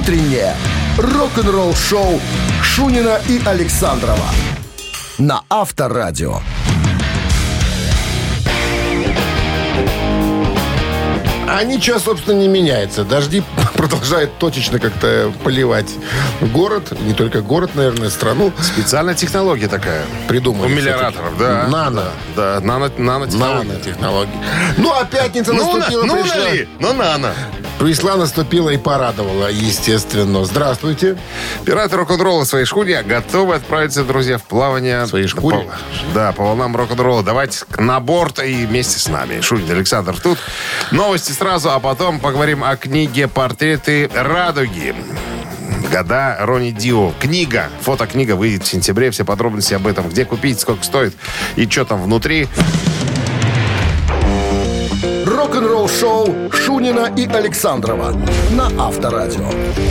Утреннее рок-н-ролл-шоу Шунина и Александрова на Авторадио. А ничего, собственно, не меняется. Дожди продолжают точечно как-то поливать город. Не только город, наверное, страну. Специальная технология такая. Придумали. У миллиораторов, да. Нано. Да, нанотехнология. Нанотехнология. Ну, а пятница наступила, пришла. нано. Пришла, наступила и порадовала, естественно. Здравствуйте. Пираты рок-н-ролла в своей шхуне готовы отправиться, друзья, в плавание. В своей шхуне? Да, по волнам рок-н-ролла. Давайте на борт и вместе с нами. Шунин, Александр тут. Новости сразу, а потом поговорим о книге «Портреты радуги». Года Ронни Дио. Книга, фотокнига выйдет в сентябре. Все подробности об этом. Где купить, сколько стоит и что там внутри. Рок-н-ролл-шоу Шунина и Александрова на Авторадио.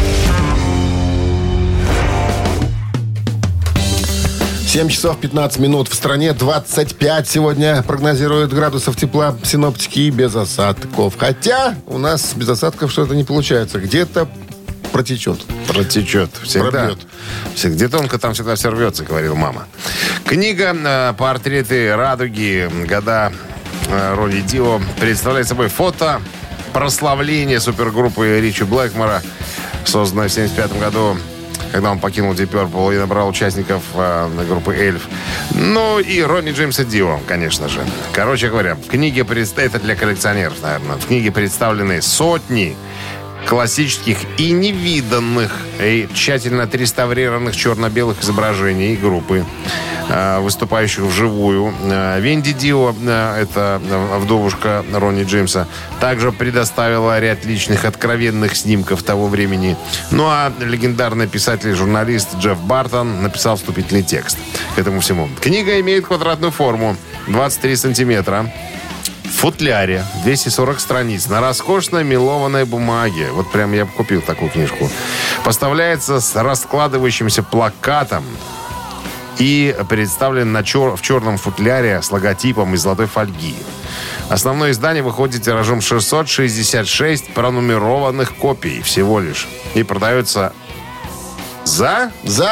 7 часов 15 минут. В стране 25 сегодня прогнозируют градусов тепла синоптики и без осадков. Хотя у нас без осадков что-то не получается. Где-то протечет. Протечет. Всегда. Пробьет. Где тонко, там всегда все рвется, говорила мама. Книга «Портреты радуги. Года Ронни Дио» представляет собой фото прославления супергруппы Ричи Блэкмора, созданной в 1975 году, когда он покинул Deep Purple и набрал участников группы Эльф. Ну и Ронни Джеймса Дио, конечно же. Короче говоря, в книге это для коллекционеров, наверное. В книге представлены сотни классических и невиданных, и тщательно отреставрированных черно-белых изображений группы, выступающих вживую. Венди Дио, это вдовушка Ронни Джеймса, также предоставила ряд личных откровенных снимков того времени. Ну а легендарный писатель и журналист Джефф Бартон написал вступительный текст к этому всему. Книга имеет квадратную форму, 23 сантиметра. В футляре 240 страниц на роскошной мелованной бумаге. Вот прям я бы купил такую книжку. Поставляется с раскладывающимся плакатом и представлен в черном футляре с логотипом из золотой фольги. Основное издание выходит тиражом 666 пронумерованных копий всего лишь. И продается за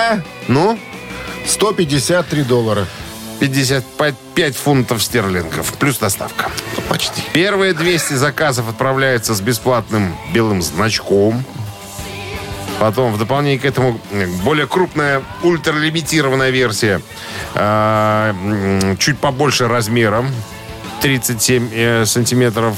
153 доллара. 55 фунтов стерлингов. Плюс доставка. Почти. Первые 200 заказов отправляются с бесплатным белым значком. Потом, в дополнение к этому, более крупная ультралимитированная версия. Чуть побольше размером. 37 сантиметров.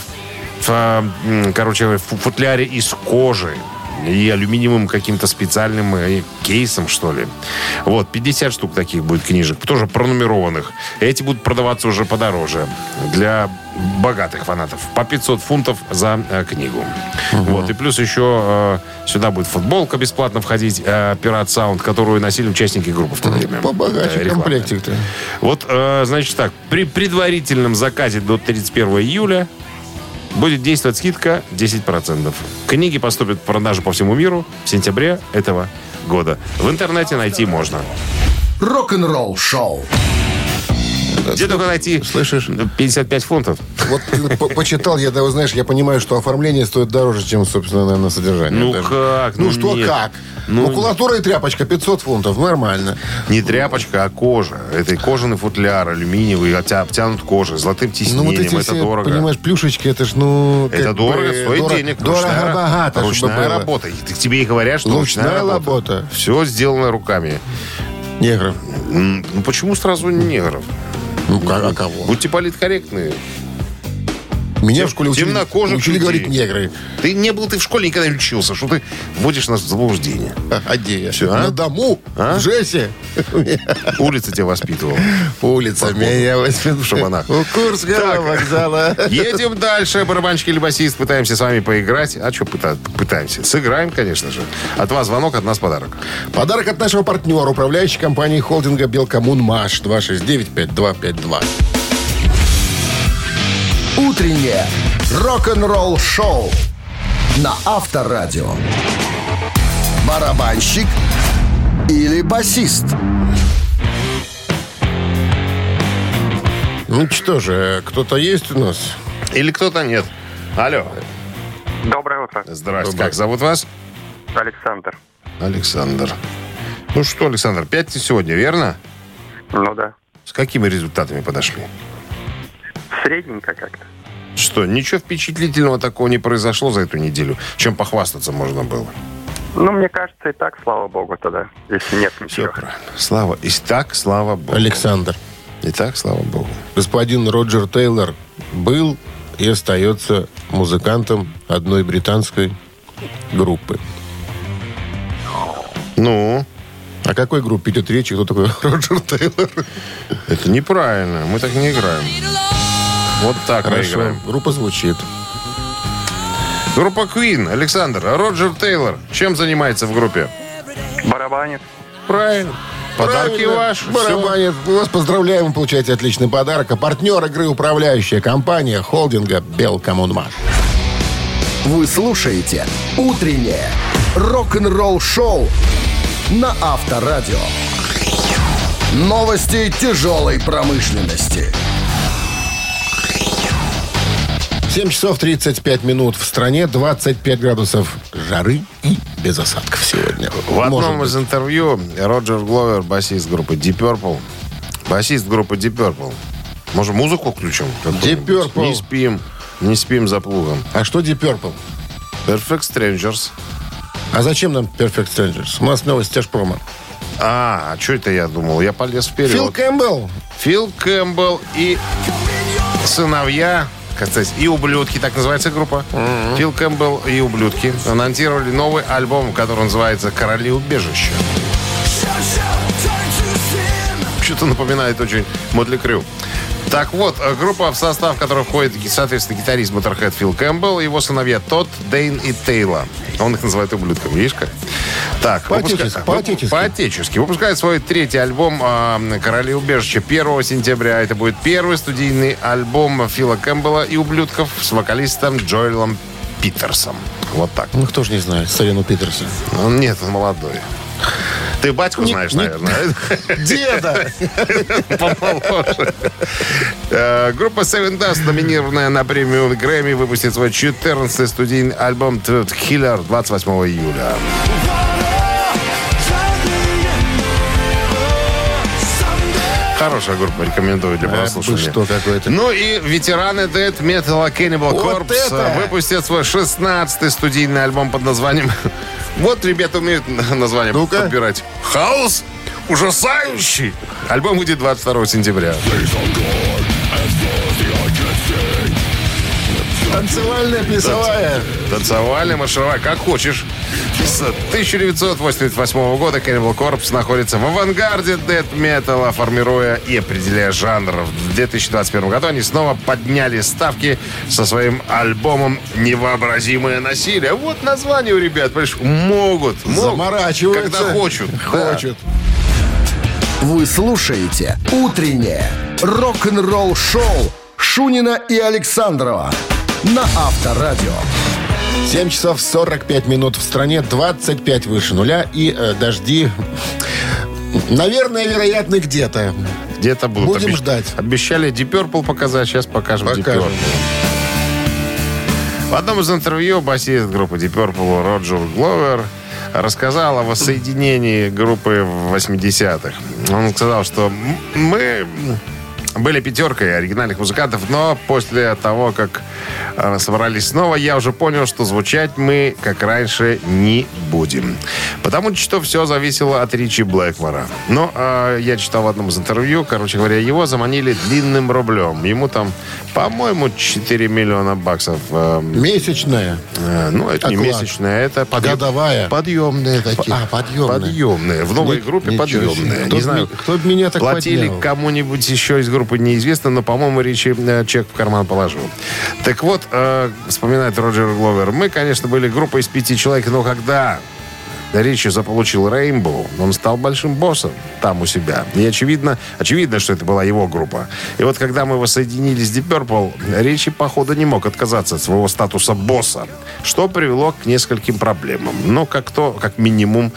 В футляре из кожи. И алюминиевым каким-то специальным кейсом, что ли. Вот, 50 штук таких будет книжек, тоже пронумерованных. Эти будут продаваться уже подороже для богатых фанатов. По 500 фунтов за книгу. Вот, и плюс еще сюда будет футболка бесплатно входить, Пират Саунд, которую носили участники группы в то время. Побогаче комплектик-то. Вот, значит так, при предварительном заказе до 31 июля будет действовать скидка 10%. Книги поступят в продажу по всему миру в сентябре этого года. В интернете найти можно. Рок-н-ролл-шоу. Где только найти, слышишь, 55 фунтов. Вот почитал, я понимаю, что оформление стоит дороже, чем, собственно, наверное, содержание. Ну даже. Как? Ну что, нет. Как? Макулатура и тряпочка 500 фунтов, нормально. Не тряпочка, а кожа. Это кожаный футляр, алюминиевый, обтянут кожей, золотым тиснением. Вот эти это все, дорого. Понимаешь, плюшечки, это ж, это дорого, стоит денег. Дорого-богато. Ручная работа. Тебе и говорят, что ручная работа. Все сделано руками. Негров. Ну почему сразу негров? Ну, а кого? Будьте политкорректны. Меня в школе учили говорить негры. Ты не был, ты в школе никогда не учился. Что ты вводишь нас в заблуждение? А где я? Все, на дому, в Жесе. Улица тебя воспитывала. Улица меня воспитывала. В Шабанах. У Курского вокзала. Едем дальше. Барабанщик или басист. Пытаемся с вами поиграть. А что пытаемся? Сыграем, конечно же. От вас звонок, от нас подарок. Подарок от нашего партнера, управляющей компании холдинга «Белкоммунмаш». 269-5252. Утреннее рок-н-ролл-шоу на Авторадио. Барабанщик или басист? Ну что же, кто-то есть у нас? Или кто-то нет? Алло. Доброе утро. Здрасте. Как зовут вас? Александр. Александр. Ну что, Александр, 5 сегодня, верно? Ну да. С какими результатами подошли? Средненько как-то. Что, ничего впечатлительного такого не произошло за эту неделю? Чем похвастаться можно было? Ну, мне кажется, и так, слава богу, тогда, если нет Все ничего. правильно. Слава. И так, слава богу. Александр. Итак, слава богу. Господин Роджер Тейлор был и остается музыкантом одной британской группы. Ну, О какой группе идет речь? И кто такой Роджер Тейлор? это неправильно. Мы так не играем. Вот так мы Хорошо. играем. Группа звучит. Группа Queen. Александр. Роджер Тейлор. Чем занимается в группе? Барабанит. Правильно. Подарки Правильно. ваши. Барабанит. Мы вас поздравляем, вы получаете отличный подарок. А партнер игры управляющая компания холдинга «Белкоммунмаш». Вы слушаете «Утреннее рок-н-ролл-шоу» на Авторадио. Новости тяжелой промышленности. 7 часов 35 минут в стране, 25 градусов жары и без осадков сегодня. В одном Может из интервью Роджер Гловер, басист группы Deep Purple, может, музыку включим? Deep Purple. Не спим за плугом. А что Deep Purple? Perfect Strangers. А зачем нам Perfect Strangers? У нас новость тяжпрома. А что это я думал? Я полез вперед. Фил Кэмпбелл. Фил Кэмпбелл и сыновья, как сказать, и ублюдки, так называется группа. Фил Кэмпбелл и ублюдки анонсировали новый альбом, который называется «Короли убежища». Что-то напоминает очень Мотли Крю. Так вот, группа, в состав которой входит, соответственно, гитарист Motorhead Фил Кэмпбелл и его сыновья Тодд, Дэйн и Тейла. Он их называет ублюдками, видишь как? Так, по-отечески. Выпускает свой третий альбом «Короли убежища» 1 сентября. Это будет первый студийный альбом Фила Кэмпбелла и ублюдков с вокалистом Джоэлом Питерсом. Вот так. Ну, кто ж не знает старину Питерса. Нет, он молодой. Ты батьку знаешь, наверное. Деда! Помоложе. Группа Seven Dust, номинированная на премию Грэмми, выпустит свой 14-й студийный альбом Truth Killer 28 июля. Хорошая группа, рекомендую для прослушивания. Что какое-то. Ну и ветераны Death Metal Cannibal Вот Corpse это! выпустят свой 16-й студийный альбом под названием... Вот ребята умеют название подбирать. «Хаос ужасающий». Альбом выйдет 22 сентября. Танцевальная, плясовая. Танцевальная, маршевая, как хочешь. С 1988 года Cannibal Corpse находится в авангарде дэт-металла, формируя и определяя жанр. В 2021 году они снова подняли ставки со своим альбомом «Невообразимое насилие». Вот название у ребят, понимаешь, могут Заморачиваются. когда хочут. Хочут. Вы слушаете «Утреннее рок-н-ролл-шоу» Шунина и Александрова на Авторадио. 7 часов 45 минут в стране, 25 выше нуля и дожди, наверное, вероятно, где-то. Где-то будут. Будем ждать. Обещали Deep Purple показать, сейчас покажем Deep Покажем. Purple. В одном из интервью басист группы Deep Purple Роджер Гловер рассказал о воссоединении группы в 80-х. Он сказал, что мы были пятеркой оригинальных музыкантов, но после того, как собрались снова, я уже понял, что звучать мы, как раньше, не будем. Потому что все зависело от Ричи Блэкмора. Но я читал в одном из интервью, короче говоря, его заманили длинным рублем. Ему там, по-моему, 4 миллиона баксов. Месячная. Ну, это не Оклад. месячная, это Годовая. подъемные такие. Подъемная. Подъемные. В новой группе Ничего подъемные. себе. Не знаю, Кто бы меня так платили поднял? кому-нибудь еще из группы, неизвестно, но, по-моему, Ричи чек в карман положил. Так вот, вспоминает Роджер Гловер, мы, конечно, были группой из 5 человек, но когда Ричи заполучил Rainbow, он стал большим боссом там у себя. И очевидно, что это была его группа. И вот когда мы воссоединились с Deep Purple, Ричи, походу, не мог отказаться от своего статуса босса, что привело к нескольким проблемам. Но как минимум,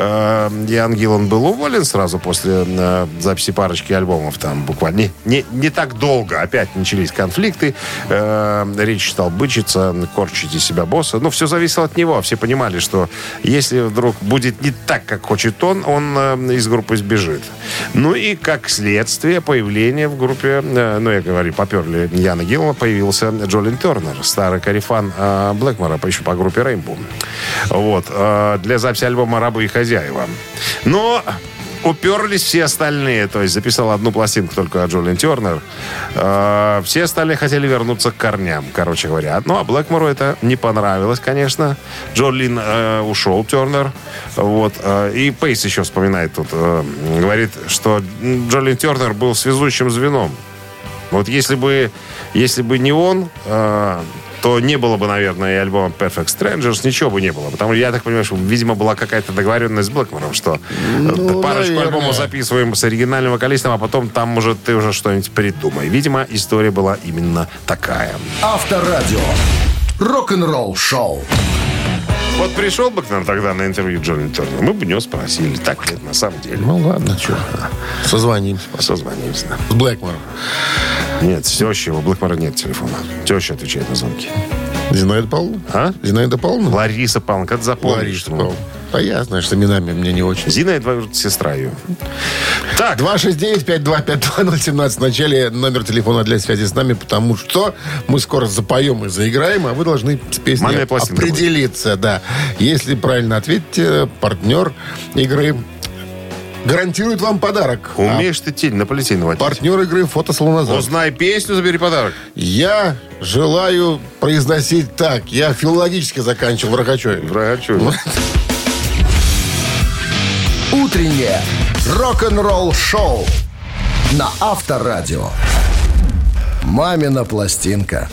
Ян Гиллан был уволен сразу после записи парочки альбомов. Там буквально не так долго опять начались конфликты. Ричи стал бычиться, корчить из себя босса. Но все зависело от него. Все понимали, что если вдруг будет не так, как хочет он из группы сбежит. Ну и как следствие появления в группе, поперли Яна Гиллана, появился Джолин Тернер, старый корифан Блэкмора, еще по группе Rainbow. Вот. Для записи альбома «Рабы и хозяева». Но уперлись все остальные. То есть записал одну пластинку только Джолин Тернер. Все остальные хотели вернуться к корням, короче говоря. Ну, а Блэкмору это не понравилось, конечно. Джолин ушел, Тернер. Вот. И Пейс еще вспоминает тут. Говорит, что Джолин Тернер был связующим звеном. Вот если бы не он... то не было бы, наверное, и альбома Perfect Strangers, ничего бы не было. Потому что, я так понимаю, что, видимо, была какая-то договоренность с Блэкмором, что парочку альбомов записываем с оригинальным вокалистом, а потом там, может, ты уже что-нибудь придумай. Видимо, история была именно такая. Авторадио. Рок-н-ролл шоу. Вот пришел бы к нам тогда на интервью Джолин Тернер, мы бы у него спросили, так ли это на самом деле. Ну, ладно, что. Созвонимся. С Блэкмором. Нет, с тещей, у Блэкмора нет телефона. Теща отвечает на звонки. Зинаида Павловна? А? Зинаида Павловна? Лариса Павловна, как запомнишь? Лариса Павловна. А я, знаешь, с именами мне не очень. Зина — сестра ее. Так. 269-5252-017. В начале номер телефона для связи с нами, потому что мы скоро запоем и заиграем, а вы должны с песней определиться. Да. Если правильно ответите, партнер игры гарантирует вам подарок. Умеешь ты тень на полетень наводить. Партнер игры «Фотосалон Азар». Узнай песню, забери подарок. Я желаю произносить так. Я филологически заканчивал в Рогачеве. Утреннее рок-н-ролл-шоу на Авторадио. «Мамина пластинка».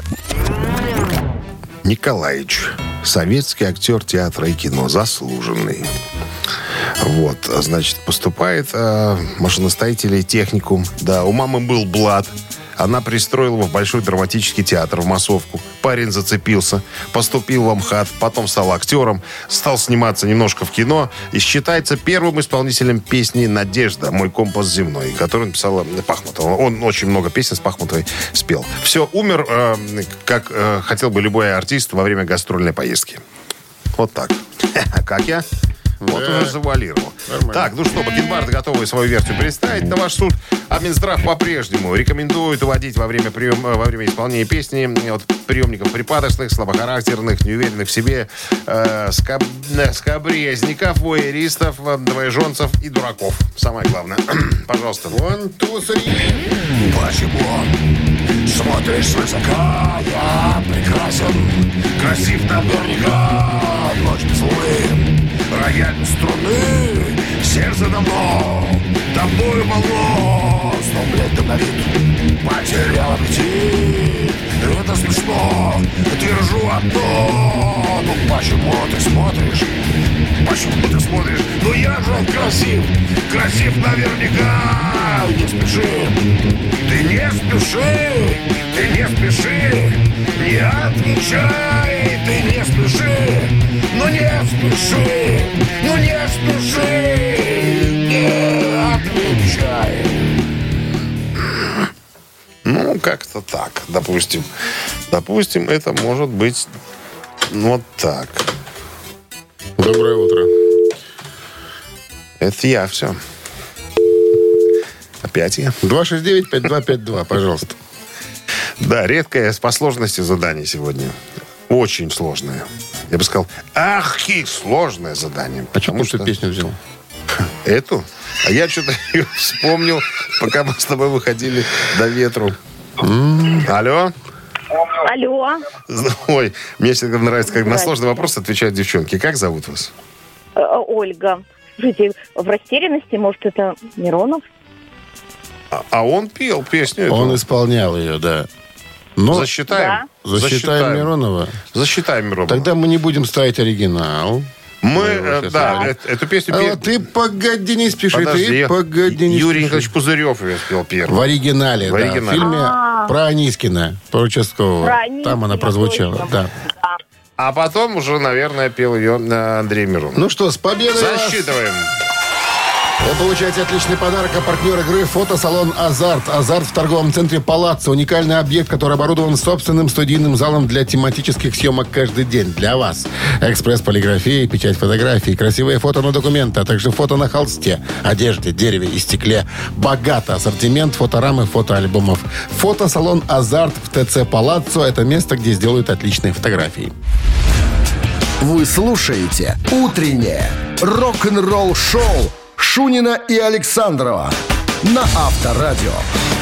Николаич. Советский актер театра и кино. Заслуженный. Вот, значит, поступает машиностроителей техникум. Да, у мамы был блат. Она пристроила его в Большой драматический театр, в массовку. Парень зацепился, поступил в МХАТ, потом стал актером, стал сниматься немножко в кино и считается первым исполнителем песни «Надежда. Мой компас земной», которую написала Пахмутова. Он очень много песен с Пахмутовой спел. Все, умер, как хотел бы любой артист во время гастрольной поездки. Вот так. Как я? Вот уже завуалировал. Нормально. Так, ну что, бакенбарды готовы свою версию представить на ваш суд. А Минздрав по-прежнему рекомендует уводить во время исполнения песни от приемников припадочных, слабохарактерных, неуверенных в себе, скабрезников, воеристов, двоеженцев и дураков. Самое главное. Пожалуйста. 1, 2, 3. Почему смотришь свысока? Я прекрасен, красив наверняка. Ночь злым, рояль струны, сердце давно тобою полно. 100 лет давновит, потерял аппетит. Это смешно, держу одно. Ну почему ты смотришь? Ну я же красив наверняка. Не спеши, ты не спеши, не отвечай. Ты не спеши, не отвечай. Ну, как-то так. Допустим, это может быть вот так. Доброе утро. Это я, все. Опять я. 269-5252, пожалуйста. Да, редкое по сложности задание сегодня. Очень сложное. Я бы сказал, и сложное задание. Почему ты песню взял? Эту? А я что-то ее вспомнил, пока мы с тобой выходили до ветру. Алло? Алло. Ой, мне всегда нравится, как на сложный вопрос отвечают девчонки. Как зовут вас? Ольга. Слушайте, в растерянности, может, это Миронов? А он пел песню эту. Он исполнял ее, да. Но Засчитаем? Да. Засчитаем Миронова? Засчитаем Миронова. Тогда мы не будем ставить оригинал. эту песню... А вот ты погоди, не спеши, Подожди. ты погоди, не Юрий спеши. Николаевич Пузырев ее спел первым. В оригинале, В да. оригинале. В фильме про Анискина, про участкового. Про Там она Анискина, прозвучала, точно. да. А потом уже, наверное, пел ее Андрей Миронов. Ну что, с победой вас! Засчитываем. Вы получаете отличный подарок, а партнер игры фотосалон «Азарт». «Азарт» в торговом центре «Палаццо». Уникальный объект, который оборудован собственным студийным залом для тематических съемок каждый день. Для вас. Экспресс-полиграфия, печать фотографий, красивые фото на документы, а также фото на холсте, одежде, дереве и стекле. Богатый ассортимент фоторам и фотоальбомов. Фотосалон «Азарт» в ТЦ «Палаццо» – это место, где сделают отличные фотографии. Вы слушаете «Утреннее рок-н-ролл-шоу» Шунина и Александрова на Авторадио.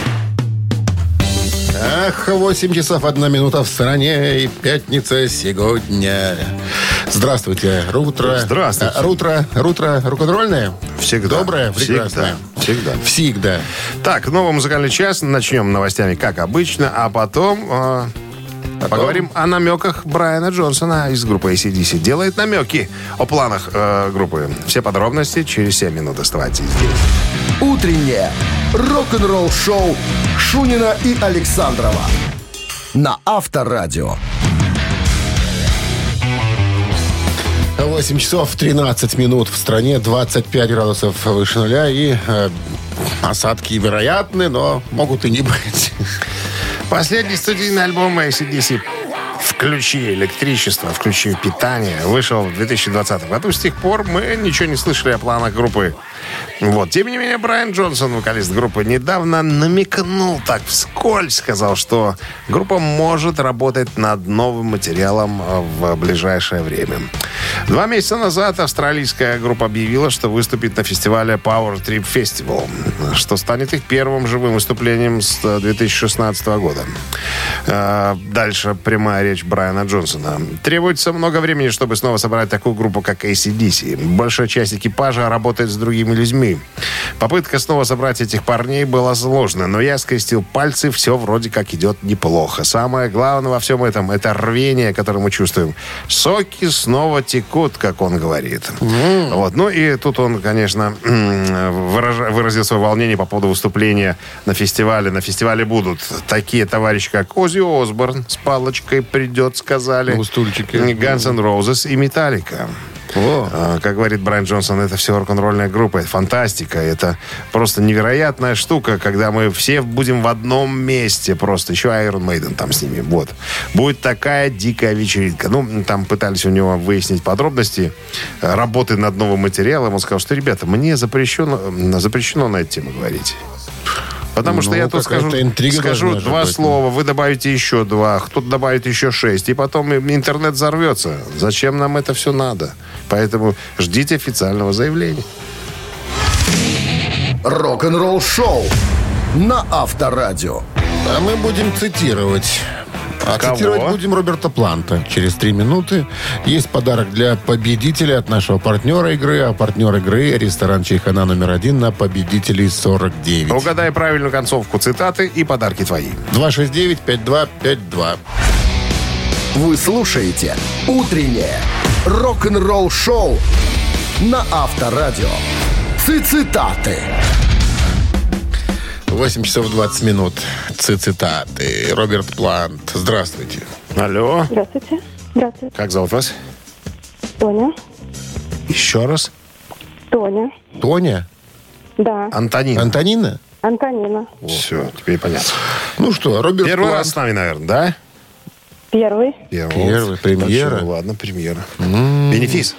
Ах, 8 часов 1 минута в стране, и пятница сегодня. Здравствуйте, утро. Здравствуйте. Утро рок-н-ролльное? Всегда. Доброе, прекрасное. Всегда. Так, новый музыкальный час. Начнем новостями, как обычно, а потом... Поговорим о намеках Брайана Джонсона из группы AC/DC. Делает намеки о планах группы. Все подробности через 7 минут. Оставайтесь здесь. Утреннее рок-н-ролл-шоу Шунина и Александрова на Авторадио. 8 часов 13 минут в стране, 25 градусов выше нуля, и осадки вероятны, но могут и не быть. Последний студийный альбом AC/DC «Включи электричество, включи питание» вышел в 2020 году. С тех пор мы ничего не слышали о планах группы. Вот. Тем не менее, Брайан Джонсон, вокалист группы, недавно намекнул так вскользь, сказал, что группа может работать над новым материалом в ближайшее время. 2 месяца назад австралийская группа объявила, что выступит на фестивале Power Trip Festival, что станет их первым живым выступлением с 2016 года. Дальше прямая речь Брайана Джонсона. Требуется много времени, чтобы снова собрать такую группу, как AC/DC. Большая часть экипажа работает с другими людьми. Попытка снова собрать этих парней была сложной, но я скрестил пальцы, все вроде как идет неплохо. Самое главное во всем этом — это рвение, которое мы чувствуем. Соки снова текут, как он говорит. Вот. Ну и тут он, конечно, выразил свое волнение по поводу выступления на фестивале. На фестивале будут такие товарищи, как Оззи Осборн с палочкой придет, сказали. У стульчика. Guns N' Roses и Metallica. Как говорит Брайан Джонсон, это все рок-н-ролльная группа, это фантастика, это просто невероятная штука, когда мы все будем в одном месте, просто еще Iron Maiden там с ними, вот. Будет такая дикая вечеринка. Ну, там пытались у него выяснить подробности над новым материалом. Он сказал, что, ребята, мне запрещено на эту тему говорить. Потому что я тут скажу 2 слова, вы добавите еще 2, кто-то добавит еще 6, и потом интернет взорвется. Зачем нам это все надо? Поэтому ждите официального заявления. Рок-н-ролл-шоу на Авторадио. А мы будем цитировать. Цитировать будем Роберта Планта. Через 3 минуты есть подарок для победителя от нашего партнера игры. А партнер игры — ресторан «Чайхана» номер 1 на Победителей 49. Угадай правильную концовку цитаты, и подарки твои. 269-5252. Вы слушаете «Утреннее рок-н-ролл-шоу» на Авторадио. Цитаты. 8 часов 20 минут. Цитаты. Роберт Плант. Здравствуйте. Алло. Здравствуйте. Здравствуйте. Как зовут вас? Тоня. Еще раз. Тоня. Тоня? Да. Антонина. Антонина? Антонина. Все, теперь понятно. Ну что, Роберт Первый Плант. раз с нами, наверное, да? Первый. Первый, премьера. Хорошо, ладно, премьера. Бенефис.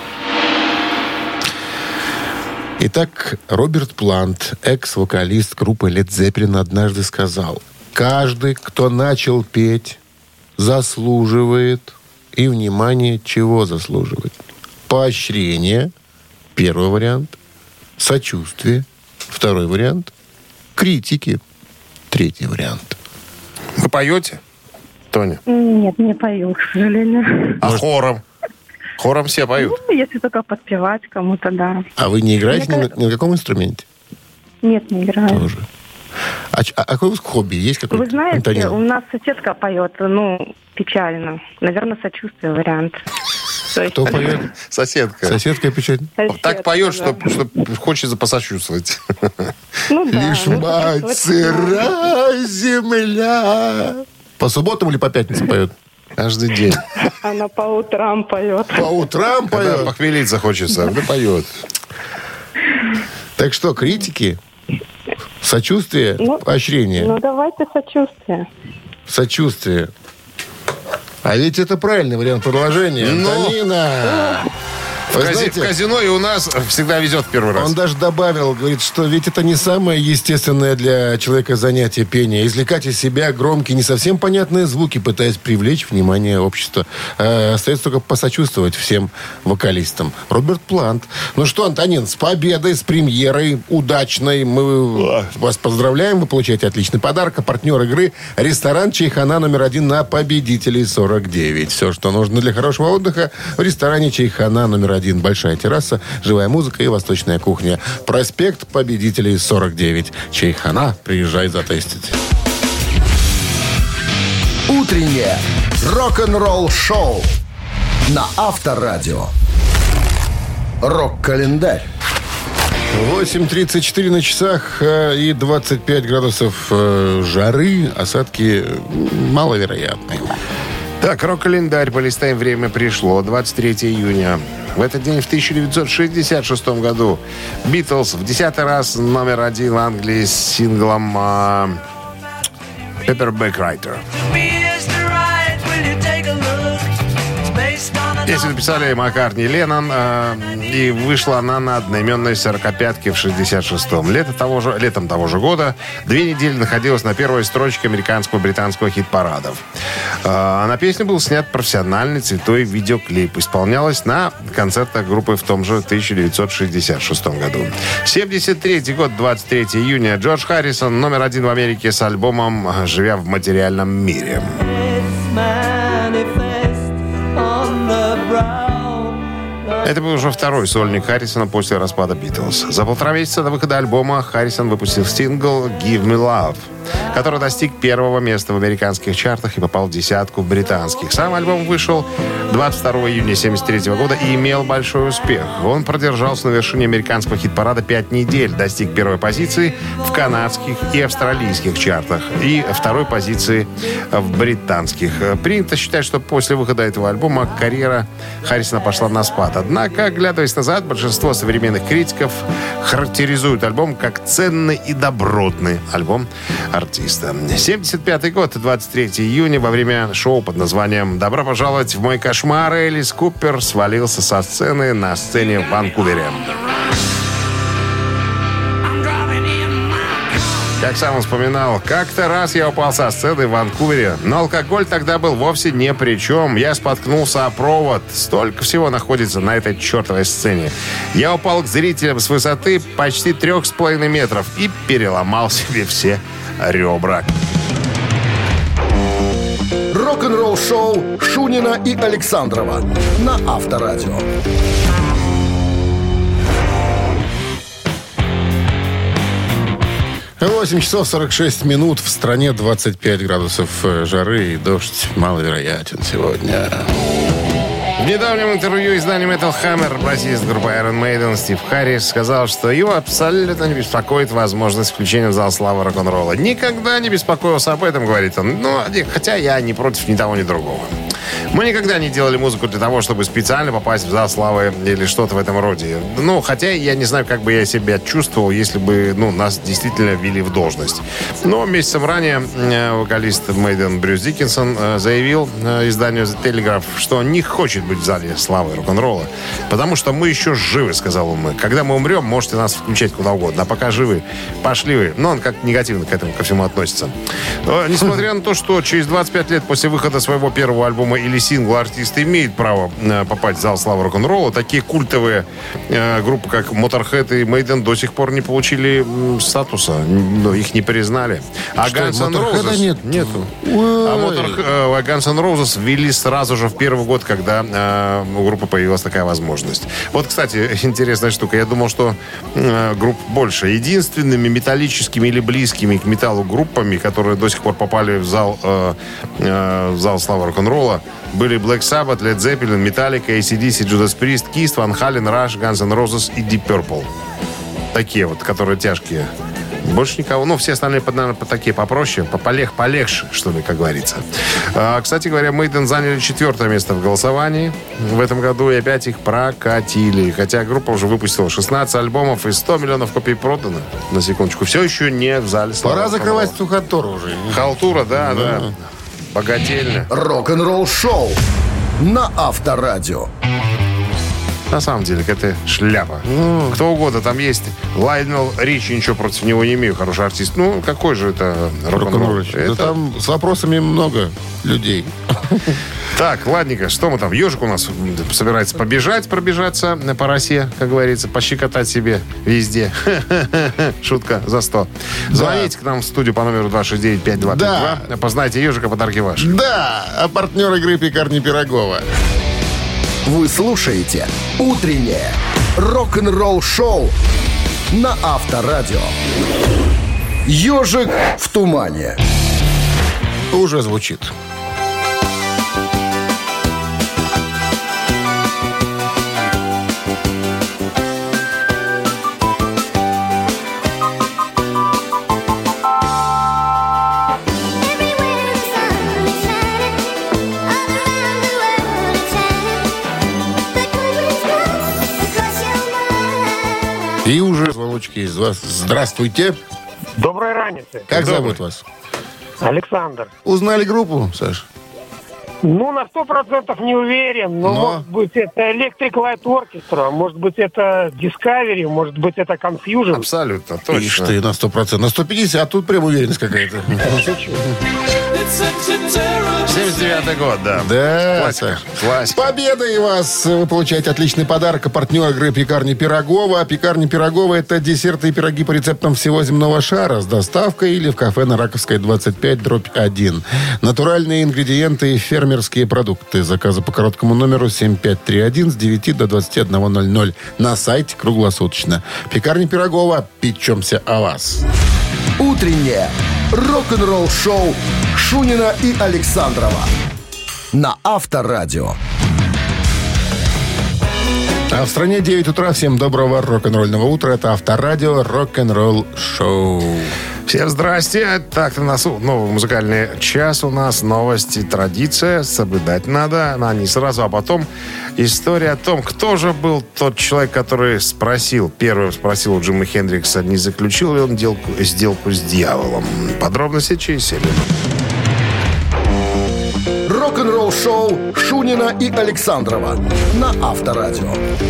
Итак, Роберт Плант, экс-вокалист группы Led Zeppelin, однажды сказал: каждый, кто начал петь, заслуживает, и, внимание, чего заслуживает? Поощрение, первый вариант, сочувствие, второй вариант, критики, третий вариант. Вы поете, Тоня? Нет, не пою, к сожалению. А хором? Хором все поют. Ну, если только подпевать кому-то, да. А вы не играете ни на каком инструменте? Нет, не играю. Тоже. А какое у вас хобби? Есть какое-то? Вы знаете, Антонина? у нас соседка поет, печально. Наверное, сочувствие вариант. Кто поет? Соседка. Соседка печать. Так поет, что хочется посочувствовать. Ну да. Лишь мать сырая земля. По субботам или по пятницам поет? Каждый день. Она по утрам поет. По утрам Когда поет. похмелиться хочется, да поет. Так что, критики, сочувствие, поощрение. Ну, давайте сочувствие. Сочувствие. А ведь это правильный вариант продолжения. Антонина! Вы В знаете, казино и у нас всегда везет в первый раз. он даже добавил, говорит, что ведь это не самое естественное для человека занятие пение. Извлекать из себя громкие, не совсем понятные звуки, пытаясь привлечь внимание общества. Остается только посочувствовать всем вокалистам. Роберт Плант. Ну что, Антонин, с победой, с премьерой удачной. Мы вас поздравляем. Вы получаете отличный подарок. А партнер игры — ресторан «Чайхана» номер 1 на Победителей 49. Все, что нужно для хорошего отдыха в ресторане «Чайхана» номер 1. Большая терраса, живая музыка и восточная кухня. Проспект Победителей 49. Чайхана. Приезжай затестить. Утреннее рок-н-ролл-шоу на Авторадио. Рок-календарь. 8:34 на часах и 25 градусов жары. Осадки маловероятны. Так, рок-календарь, полистаем, время пришло. 23 июня. В этот день, в 1966 году, Битлз в 10-й раз номер 1 в Англии с синглом «Paperback Writer». Песню написали Маккартни и Леннон, и вышла она на одноименной 45-ке в 66-м. Летом того же года 2 недели находилась на первой строчке американского и британского хит-парадов. На песню был снят профессиональный цветной видеоклип. Исполнялась на концертах группы в том же 1966 году. 73-й год, 23 июня. Джордж Харрисон, номер 1 в Америке с альбомом «Живя в материальном мире». Это был уже второй сольник Харрисона после распада Битлз. За 1,5 месяца до выхода альбома Харрисон выпустил сингл «Give Me Love», который достиг 1-го места в американских чартах и попал в 10-ку в британских. Сам альбом вышел 22 июня 1973 года и имел большой успех. Он продержался на вершине американского хит-парада 5 недель, достиг 1-й позиции в канадских и австралийских чартах и 2-й позиции в британских. Принято считать, что после выхода этого альбома карьера Харрисона пошла на спад. Однако, оглядываясь назад, большинство современных критиков характеризуют альбом как ценный и добротный альбом артиста. 75-й год, 23 июня, во время шоу под названием «Добро пожаловать в мой кошмар» Элис Купер свалился со сцены на сцене в Ванкувере. Как сам он вспоминал, как-то раз я упал со сцены в Ванкувере, но алкоголь тогда был вовсе ни при чем. Я споткнулся о провод. Столько всего находится на этой чертовой сцене. Я упал к зрителям с высоты почти 3,5 метров и переломал себе все ребра. Рок-н-ролл-шоу Шунина и Александрова на Авторадио. 8 часов 46 минут. В стране 25 градусов жары и дождь маловероятен сегодня. В недавнем интервью изданию Metal Hammer басист группы Iron Maiden Стив Харрис сказал, что его абсолютно не беспокоит возможность включения в зал славы рок-н-ролла. Никогда не беспокоился об этом, говорит он. Хотя я не против ни того, ни другого. Мы никогда не делали музыку для того, чтобы специально попасть в зал славы или что-то в этом роде. Хотя я не знаю, как бы я себя чувствовал, если бы нас действительно ввели в должность. Но месяцем ранее вокалист Maiden Брюс Диккенсон заявил изданию The Telegraph, что он не хочет быть в зале славы рок-н-ролла, потому что мы еще живы, сказал он. Когда мы умрем, можете нас включать куда угодно, а пока живы, пошли вы. Но он как негативно к этому ко всему относится. Несмотря на то, что через 25 лет после выхода своего первого альбома или сингла артист имеет право попасть в зал славы рок-н-ролла, такие культовые группы, как Motorhead и Maiden, до сих пор не получили статуса, их не признали. А Guns N' Roses нету. А Guns N' Roses ввели сразу же в первый год, когда у группы появилась такая возможность. Вот, кстати, интересная штука. Я думал, что групп больше. Единственными металлическими или близкими к металлу группами, которые до сих пор попали в зал славы рок-н-ролла, были Black Sabbath, Led Zeppelin, Metallica, AC/DC, Judas Priest, Kiss, Van Halen, Rush, Guns N' Roses и Deep Purple. Такие вот, которые тяжкие. Больше никого. Ну, все остальные, наверное, такие попроще, полегче, что ли, как говорится. Кстати говоря, Maiden заняли 4-е место в голосовании в этом году, и опять их прокатили. Хотя группа уже выпустила 16 альбомов и 100 миллионов копий продано. На секундочку. Все еще не в зале славы. Пора закрывать эту халтуру уже. Халтура, да. Богательня. Рок-н-ролл шоу на Авторадио. На самом деле, это шляпа. Кто угодно, там есть Лайонел Ричи, ничего против него не имею, хороший артист. Ну, какой же это рок-н-ролл? Да там с вопросами много людей. Так, ладненько, что мы там? Ежик у нас собирается пробежаться по росе, как говорится, пощекотать себе везде. Шутка за 100. Звоните к нам в студию по номеру 269-5252. Да. Познайте ежика, подарки ваши. Да, а партнер игры «Пекарни Пирогова». Вы слушаете «Утреннее рок-н-ролл-шоу» на Авторадио. «Ежик в тумане». Уже звучит. И уже звоночки из вас. Здравствуйте. Доброй раницы. Как зовут вас? Александр. Узнали группу, Саш? Ну, на 100% не уверен, но может быть это Electric Light Orchestra, может быть это Discovery, может быть это Confusion. Абсолютно, Ишь точно. ты, на 100%. На 150, а тут прям уверенность какая-то. 79-й год, да. Да, Классика. Саш. Классика. Победой вас! Вы получаете отличный подарок. Партнер игры «Пекарни Пирогова». «Пекарни Пирогова» — это десерты и пироги по рецептам всего земного шара с доставкой или в кафе на Раковской 25/1. Натуральные ингредиенты и фермерские продукты. Заказы по короткому номеру 7531 с 9 до 21:00. На сайте круглосуточно. «Пекарни Пирогова». Печемся о вас. Утреннее рок-н-ролл-шоу Шунина и Александрова на Авторадио. А в стране 9 утра. Всем доброго рок-н-ролльного утра. Это Авторадио рок-н-ролл шоу. Всем здрасте. Так, на носу новый музыкальный час у нас. Новости, традиция. Соблюдать надо. Они сразу, а потом история о том, кто же был тот человек, который первым спросил у Джимми Хендрикса, не заключил ли он сделку с дьяволом. Подробности через серию. Рок-н-ролл-шоу Шунина и Александрова на Авторадио.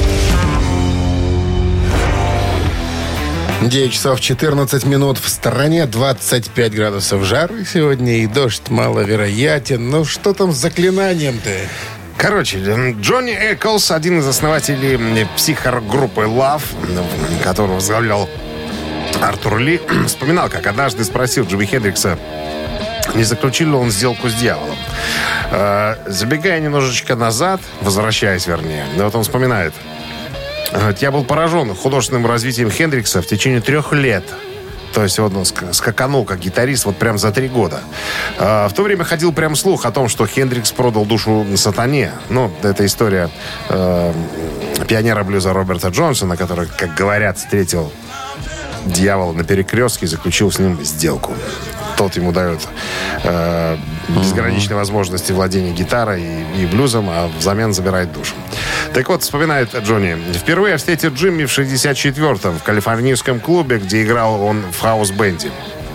9 часов 14 минут. В стороне 25 градусов жары сегодня и дождь маловероятен. Ну что там с заклинанием-то? Короче, Джонни Эклс, один из основателей психорок-группы Love, которую возглавлял Артур Ли, вспоминал, как однажды спросил Джимми Хендрикса, не заключил ли он сделку с дьяволом. Забегая немножечко назад, возвращаясь, вернее, вот он вспоминает. Я был поражен художественным развитием Хендрикса в течение 3 лет. То есть он скаканул как гитарист вот прям за 3 года. В то время ходил прям слух о том, что Хендрикс продал душу сатане. Ну, это история пионера блюза Роберта Джонсона, который, как говорят, встретил дьявола на перекрестке и заключил с ним сделку. Тот ему дает безграничные возможности владения гитарой и блюзом, а взамен забирает душу. Так вот, вспоминает Джонни. Впервые я встретил Джимми в 64-м в калифорнийском клубе, где играл он в хаус-бенде.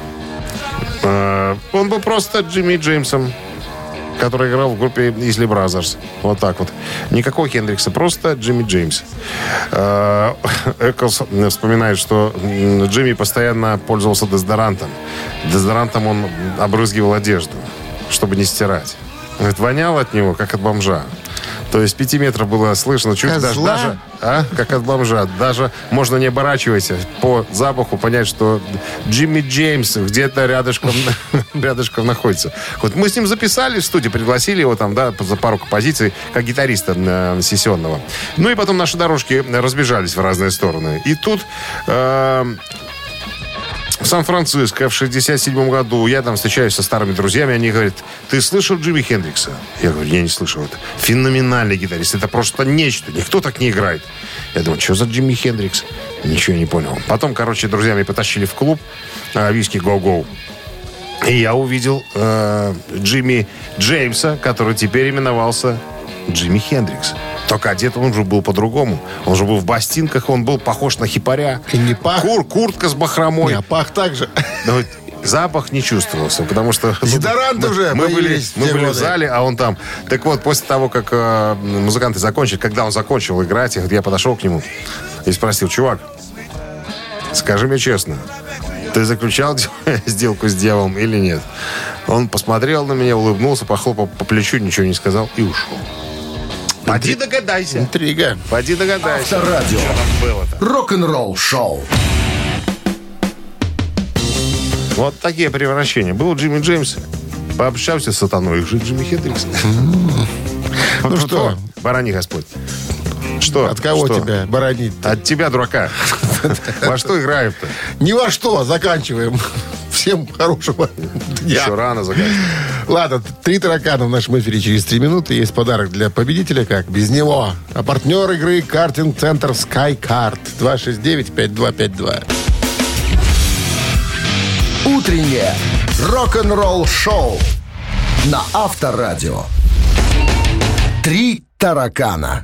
Он был просто Джимми Джеймсом, который играл в группе Isley Brothers. Вот так вот. Никакого Хендрикса, просто Джимми Джеймс. Эклс вспоминает, что Джимми постоянно пользовался дезодорантом. Дезодорантом он обрызгивал одежду, чтобы не стирать. Говорит, воняло от него, как от бомжа. То есть 5 метров было слышно, чуть даже как от бомжа. Даже можно, не оборачиваясь, по запаху понять, что Джимми Джеймс где-то рядышком находится. Вот мы с ним записали в студии, пригласили его там, да, за пару композиций, как гитариста сессионного. Ну и потом наши дорожки разбежались в разные стороны. И тут в Сан-Франциско в 67 году. Я там встречаюсь со старыми друзьями. Они говорят, ты слышал Джимми Хендрикса? Я говорю, я не слышал. Это феноменальный гитарист. Это просто нечто. Никто так не играет. Я думаю, что за Джимми Хендрикс? Ничего не понял. Потом, друзьями потащили в клуб «Виски Go-Go». И я увидел Джимми Джеймса, который теперь именовался Джимми Хендрикс. Только одет он уже был по-другому. Он же был в бастинках, он был похож на хипаря. И не пах. Куртка с бахромой. Не, пах так же. Но запах не чувствовался, потому что... Дезодорант уже. Мы были в зале, а он там. Так вот, после того, как музыканты закончили, когда он закончил играть, я подошел к нему и спросил, чувак, скажи мне честно, ты заключал сделку с дьяволом или нет? Он посмотрел на меня, улыбнулся, похлопал по плечу, ничего не сказал и ушел. Поди догадайся. Интрига. Поди догадайся. Авторадио. Что там было-то? Рок-н-ролл шоу. Вот такие превращения. Был Джимми Джеймс. Пообщался с сатаной. Джимми Хендрикс. Ну что? Барани Господь. Что? От кого тебя боронить? От тебя, дурака. Во что играем-то? Ни во что. Заканчиваем. Всем хорошего дня. Еще рано заканчивать. Ладно, 3 таракана в нашем эфире через 3 минуты. Есть подарок для победителя, как без него. А партнер игры картинг-центр SkyCard. 269-5252. Утреннее рок-н-ролл шоу на Авторадио. 3 таракана.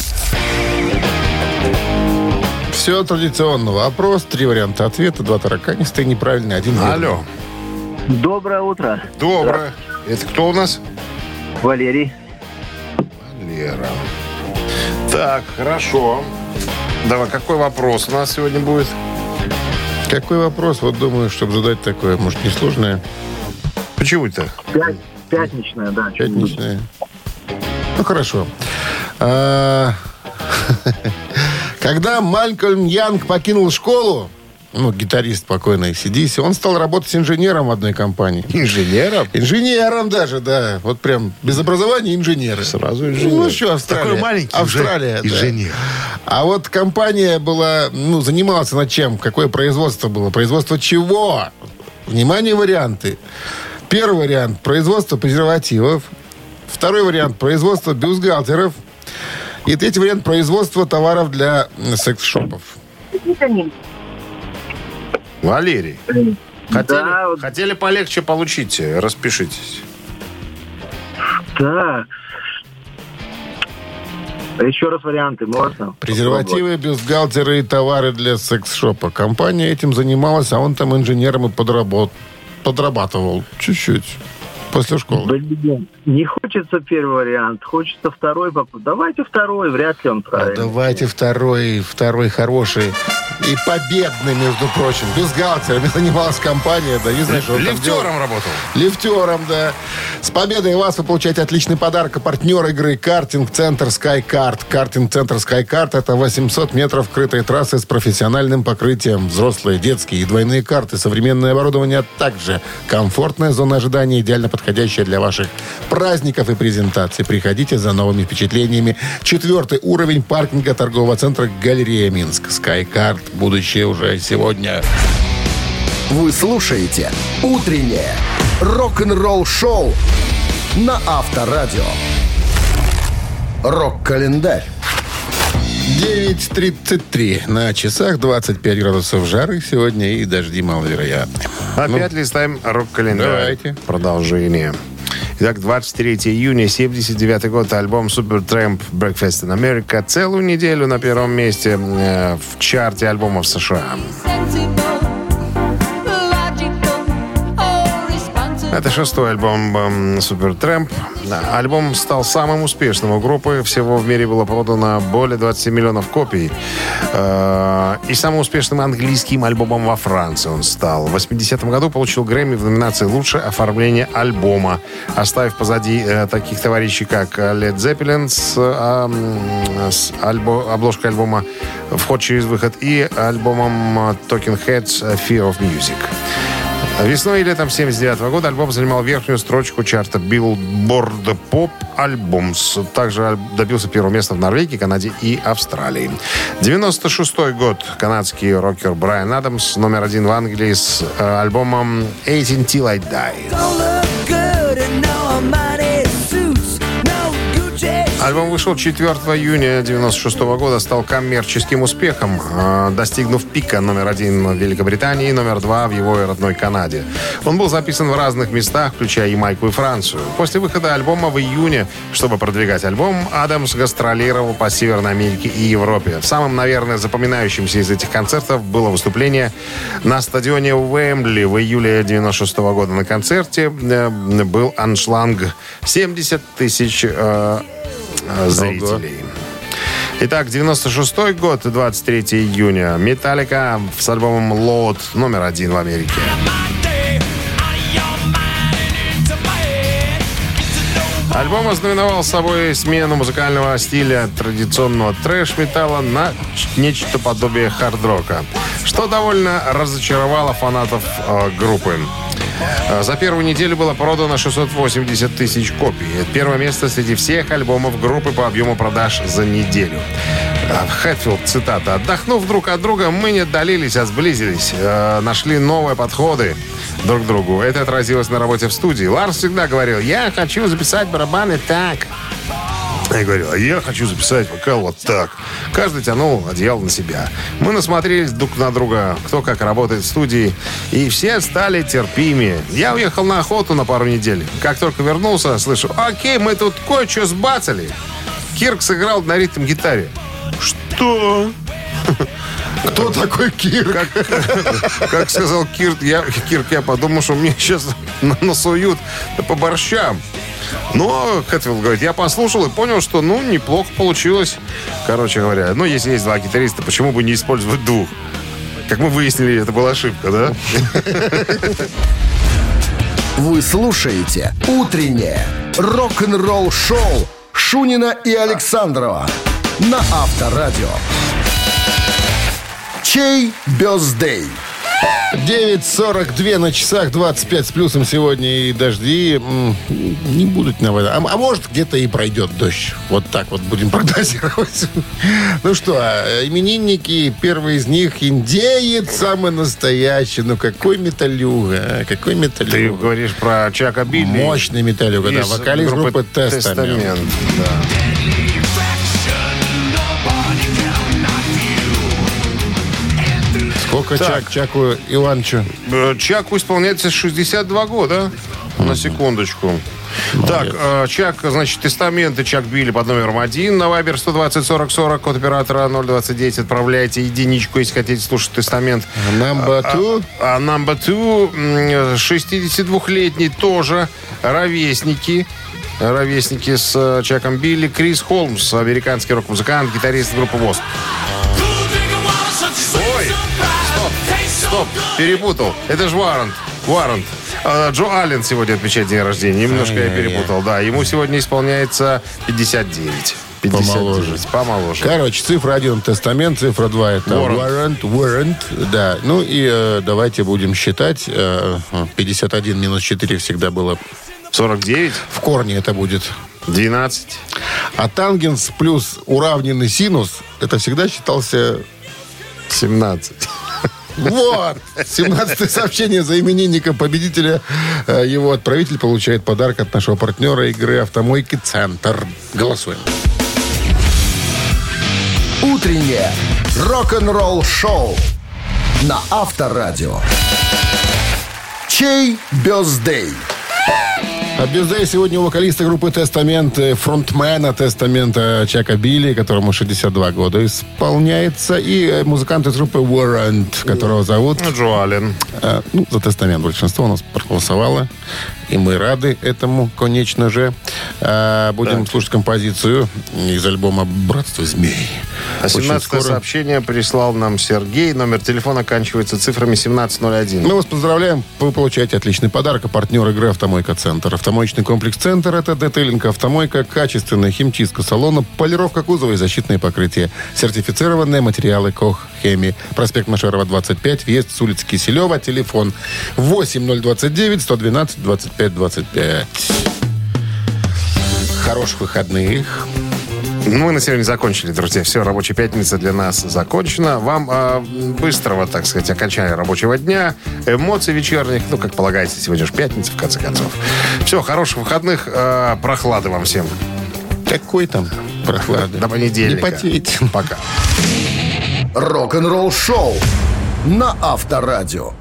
Все традиционно. Вопрос, 3 варианта ответа, 2 тараканиста и неправильный, 1 верный. Алло. Доброе утро. Доброе. Это кто у нас? Валерий. Валера. Так, хорошо. Давай, какой вопрос у нас сегодня будет? Какой вопрос? Вот думаю, чтобы задать такое, может, несложное. Почему это? Пятничная, да. Пятничное. Ну, хорошо. Когда Малькольм Янг покинул школу, гитарист покойный AC/DC, он стал работать инженером в одной компании. Инженером? Инженером даже, да. Вот прям без образования инженера. Сразу инженер. Ну что, Австралия. Такой маленький Австралия, да. инженер. А вот компания была, занималась над чем? Какое производство было? Производство чего? Внимание, варианты. Первый вариант – производство презервативов. Второй вариант – производство бюстгальтеров. И третий вариант – производство товаров для секс-шопов. Валерий, хотели полегче получить, распишитесь. Так. Еще раз варианты можно? Презервативы, бюстгальтеры и товары для секс-шопа. Компания этим занималась, а он там инженером и подрабатывал чуть-чуть после школы. Блин, не хочется первый вариант, хочется второй. Давайте второй, вряд ли он правильный. Давайте второй хороший. И победный, между прочим. Бюстгальтерами занималась компания, да, не знаю, что он там делал. Лифтером работал. Лифтером, да. С победой вас вы получаете отличный подарок. А партнер игры картинг-центр SkyCard. Картинг-центр SkyCard — это 800 метров крытой трассы с профессиональным покрытием. Взрослые, детские и двойные карты, современное оборудование, а также комфортная зона ожидания, идеально подходящая для ваших праздников и презентаций. Приходите за новыми впечатлениями. 4-й уровень паркинга торгового центра «Галерея Минск». SkyCard. Будущее уже сегодня. Вы слушаете «Утреннее рок-н-ролл-шоу» на Авторадио. Рок-календарь. 9:33 на часах, 25 градусов жары сегодня и дожди маловероятны. Опять листаем рок-календарь. Давайте. Продолжение. Итак, 23 июня, 79 год, альбом Supertramp Breakfast in America. Целую неделю на первом месте в чарте альбомов США. Это 6-й альбом Supertramp. Альбом стал самым успешным у группы. Всего в мире было продано более 20 миллионов копий. И самым успешным английским альбомом во Франции он стал. В 80-м году получил Грэмми в номинации «Лучшее оформление альбома», оставив позади таких товарищей, как Led Zeppelin с обложкой альбома «Вход через выход» и альбомом Talking Heads «Fear of Music». Весной и летом 1979 года альбом занимал верхнюю строчку чарта Billboard Pop Albums. Также добился первого места в Норвегии, Канаде и Австралии. 96 год. Канадский рокер Брайан Адамс, номер 1 в Англии с альбомом 18 Till I Die. Альбом вышел 4 июня 1996 года, стал коммерческим успехом, достигнув пика номер 1 в Великобритании и номер 2 в его родной Канаде. Он был записан в разных местах, включая Ямайку и Францию. После выхода альбома в июне, чтобы продвигать альбом, Адамс гастролировал по Северной Америке и Европе. Самым, наверное, запоминающимся из этих концертов было выступление на стадионе Уэмбли в июле 1996 года. На концерте был аншлаг 70 тысяч зрителей. Итак, 96-й год, 23 июня. Металлика с альбомом Load, номер 1 в Америке. Альбом ознаменовал собой смену музыкального стиля традиционного трэш-металла на нечто подобие хард-рока, что довольно разочаровало фанатов группы. За первую неделю было продано 680 тысяч копий. Это первое место среди всех альбомов группы по объему продаж за неделю. Хэтфилд, цитата: «Отдохнув друг от друга, мы не отдалились, а сблизились. Нашли новые подходы друг к другу. Это отразилось на работе в студии. Ларс всегда говорил: я хочу записать барабаны так». Я говорю: а я хочу записать вокал вот так. Каждый тянул одеяло на себя. Мы насмотрелись друг на друга, кто как работает в студии, и все стали терпимее. Я уехал на охоту на пару недель. Как только вернулся, слышу: окей, мы тут кое-что сбацали. Кирк сыграл на ритм-гитаре. Что? Кто такой Кирк? Как сказал Кирк, я подумал, что мне сейчас насуют по борщам. Но Хэтфилд говорит: я послушал и понял, что, неплохо получилось. Короче говоря, если есть два гитариста, почему бы не использовать двух? Как мы выяснили, это была ошибка, да? Вы слушаете «Утреннее рок-н-ролл-шоу» Шунина и Александрова на Авторадио. Чей бёздей? 9:42 на часах, 25 с плюсом сегодня, и дожди не будут на воде. А может, где-то и пройдет дождь. Вот так вот будем прогнозировать. Ну что, именинники, первый из них индеец, самый настоящий. Какой металлюга, какой металлюга. Ты говоришь про Чака Билли. Мощный металлюга, да, вокалист группы «Тестамент». Да. Сколько Чаку Ивановичу? Чаку исполняется 62 года. На секундочку. Молодец. Так, Чак, значит, «Тестамент» и Чак Билли под номером 1 на Вайбер 120-40-40, код оператора 029. Отправляйте единичку, если хотите слушать «Тестамент». Number two? Number two, 62-летний тоже ровесники с Чаком Билли. Крис Холмс, американский рок-музыкант, гитарист группы «Восп». Ой, стоп, перепутал. Это же Варант. Джо Аллен сегодня отмечает день рождения. Немножко я перепутал, да. Ему сегодня исполняется 59. 59. Помоложе. Короче, цифра 1 «Тестамент», цифра 2 это Warrant. Да. Ну и давайте будем считать. 51 минус 4 всегда было 49. В корне это будет 12. А тангенс плюс уравненный синус, это всегда считался 17. Вот! 17-е сообщение за именинника победителя. Его отправитель получает подарок от нашего партнера игры «Автомойки Центр». Голосуем. Утреннее рок-н-ролл-шоу на Авторадио. Чей бёздей? А бёздей сегодня у вокалиста группы «Тестамент», фронтмена «Тестамента» Чака Билли, которому 62 года исполняется, и музыкант из группы Warrant, которого зовут Джо Аллен. За «Тестамент» большинство у нас проголосовало, и мы рады этому, конечно же. Будем слушать композицию из альбома «Братство змей». 17-е сообщение прислал нам Сергей. Номер телефона оканчивается цифрами 1701. Мы вас поздравляем. Вы получаете отличный подарок. А партнер игры «Автомойка Центр». Автомоечный комплекс «Центр» — это детейлинг, автомойка, качественная химчистка салона, полировка кузова и защитные покрытия. Сертифицированные материалы КОХ Хеми. Проспект Машерова, 25. Въезд с улицы Киселева. Телефон 8029-112-25-25. Хороших выходных. Ну, мы на сегодня закончили, друзья. Все, рабочая пятница для нас закончена. Вам быстрого, так сказать, окончания рабочего дня, эмоций вечерних. Ну, как полагается, сегодня же пятница, в конце концов. Все, хороших выходных, прохлады вам всем. Какой там прохлады? До понедельника. Не потейте. Пока. Рок-н-ролл шоу на Авторадио.